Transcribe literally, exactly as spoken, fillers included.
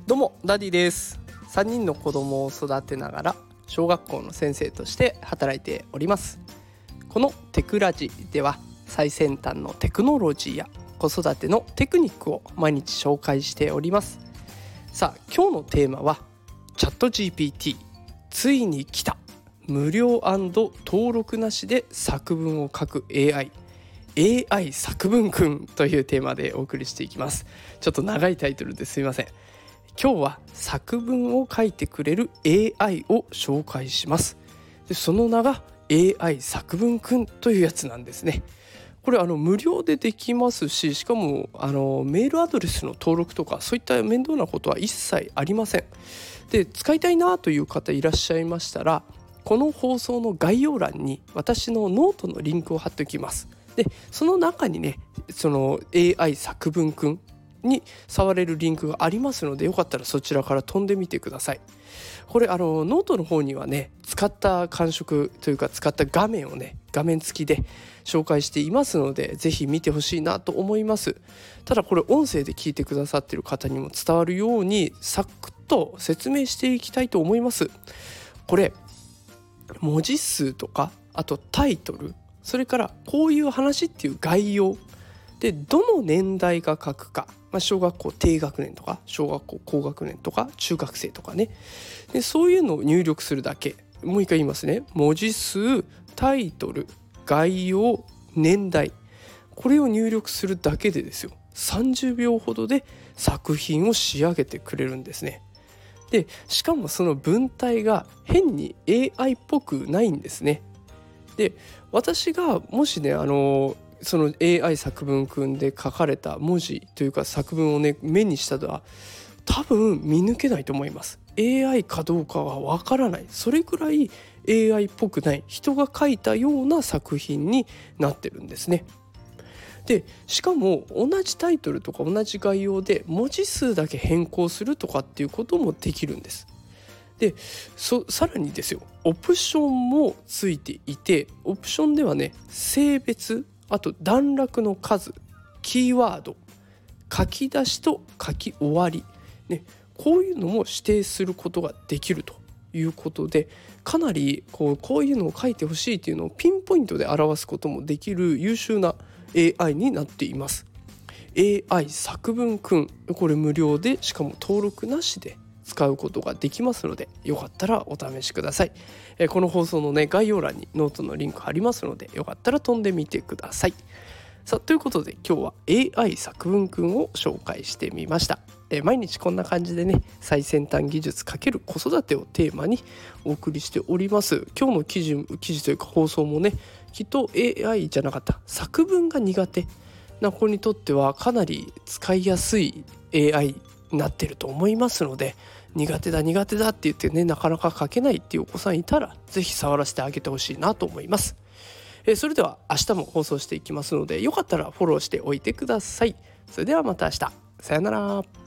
どうもダディです。さんにんの子供を育てながら小学校の先生として働いております。このテクラジでは最先端のテクノロジーや子育てのテクニックを毎日紹介しております。さあ今日のテーマはチャット ジーピーティー ついに来た、無料&登録なしで作文を書く エーアイエーアイ 作文くんというテーマでお送りしていきます。ちょっと長いタイトルですいません。今日は作文を書いてくれる エーアイ を紹介します。でその名が エーアイ 作文くんというやつなんですね。これあの無料でできますし、しかもあのメールアドレスの登録とかそういった面倒なことは一切ありません。で使いたいなという方いらっしゃいましたら、この放送の概要欄に私のノートのリンクを貼っておきます。でその中にね、その エーアイ 作文くんに触れるリンクがありますので、よかったらそちらから飛んでみてください。これあのノートの方にはね、使った感触というか使った画面をね、画面付きで紹介していますので、ぜひ見てほしいなと思います。ただこれ音声で聞いてくださっている方にも伝わるようにサクッと説明していきたいと思います。これ文字数とか、あとタイトル、それからこういう話っていう概要で、どの年代が書くか、まあ、小学校低学年とか小学校高学年とか中学生とかね、でそういうのを入力するだけ。もう一回言いますね。文字数、タイトル、概要、年代、これを入力するだけでですよ、さんじゅうびょうほどで作品を仕上げてくれるんですね。でしかもその文体が変に エーアイ っぽくないんですね。で私がもしね、あのその エーアイ 作文くんで書かれた文字というか作文をね目にしたら、多分見抜けないと思います。 エーアイ かどうかはわからない、それくらい エーアイ っぽくない、人が書いたような作品になってるんですね。でしかも同じタイトルとか同じ概要で文字数だけ変更するとかっていうこともできるんです。でそさらにですよ、オプションもついていて、オプションではね、性別、あと段落の数、キーワード、書き出しと書き終わり、ね、こういうのも指定することができるということで、かなりこう、こういうのを書いてほしいっていうのをピンポイントで表すこともできる優秀な エーアイ になっています。 エーアイ 作文くん、これ無料で、しかも登録なしで使うことができますので、よかったらお試しください。えー、この放送のね概要欄にノートのリンク貼りますので、よかったら飛んでみてください。さあということで今日は エーアイ 作文くんを紹介してみました。えー、毎日こんな感じでね、最先端技術×子育てをテーマにお送りしております。今日の記事、記事というか放送もね、きっと エーアイ じゃなかった、作文が苦手な子にとってはかなり使いやすい エーアイになってると思いますので、苦手だ苦手だって言ってね、なかなか書けないっていうお子さんいたら、ぜひ触らせてあげてほしいなと思います。えー、それでは明日も放送していきますので、よかったらフォローしておいてください。それではまた明日、さよなら。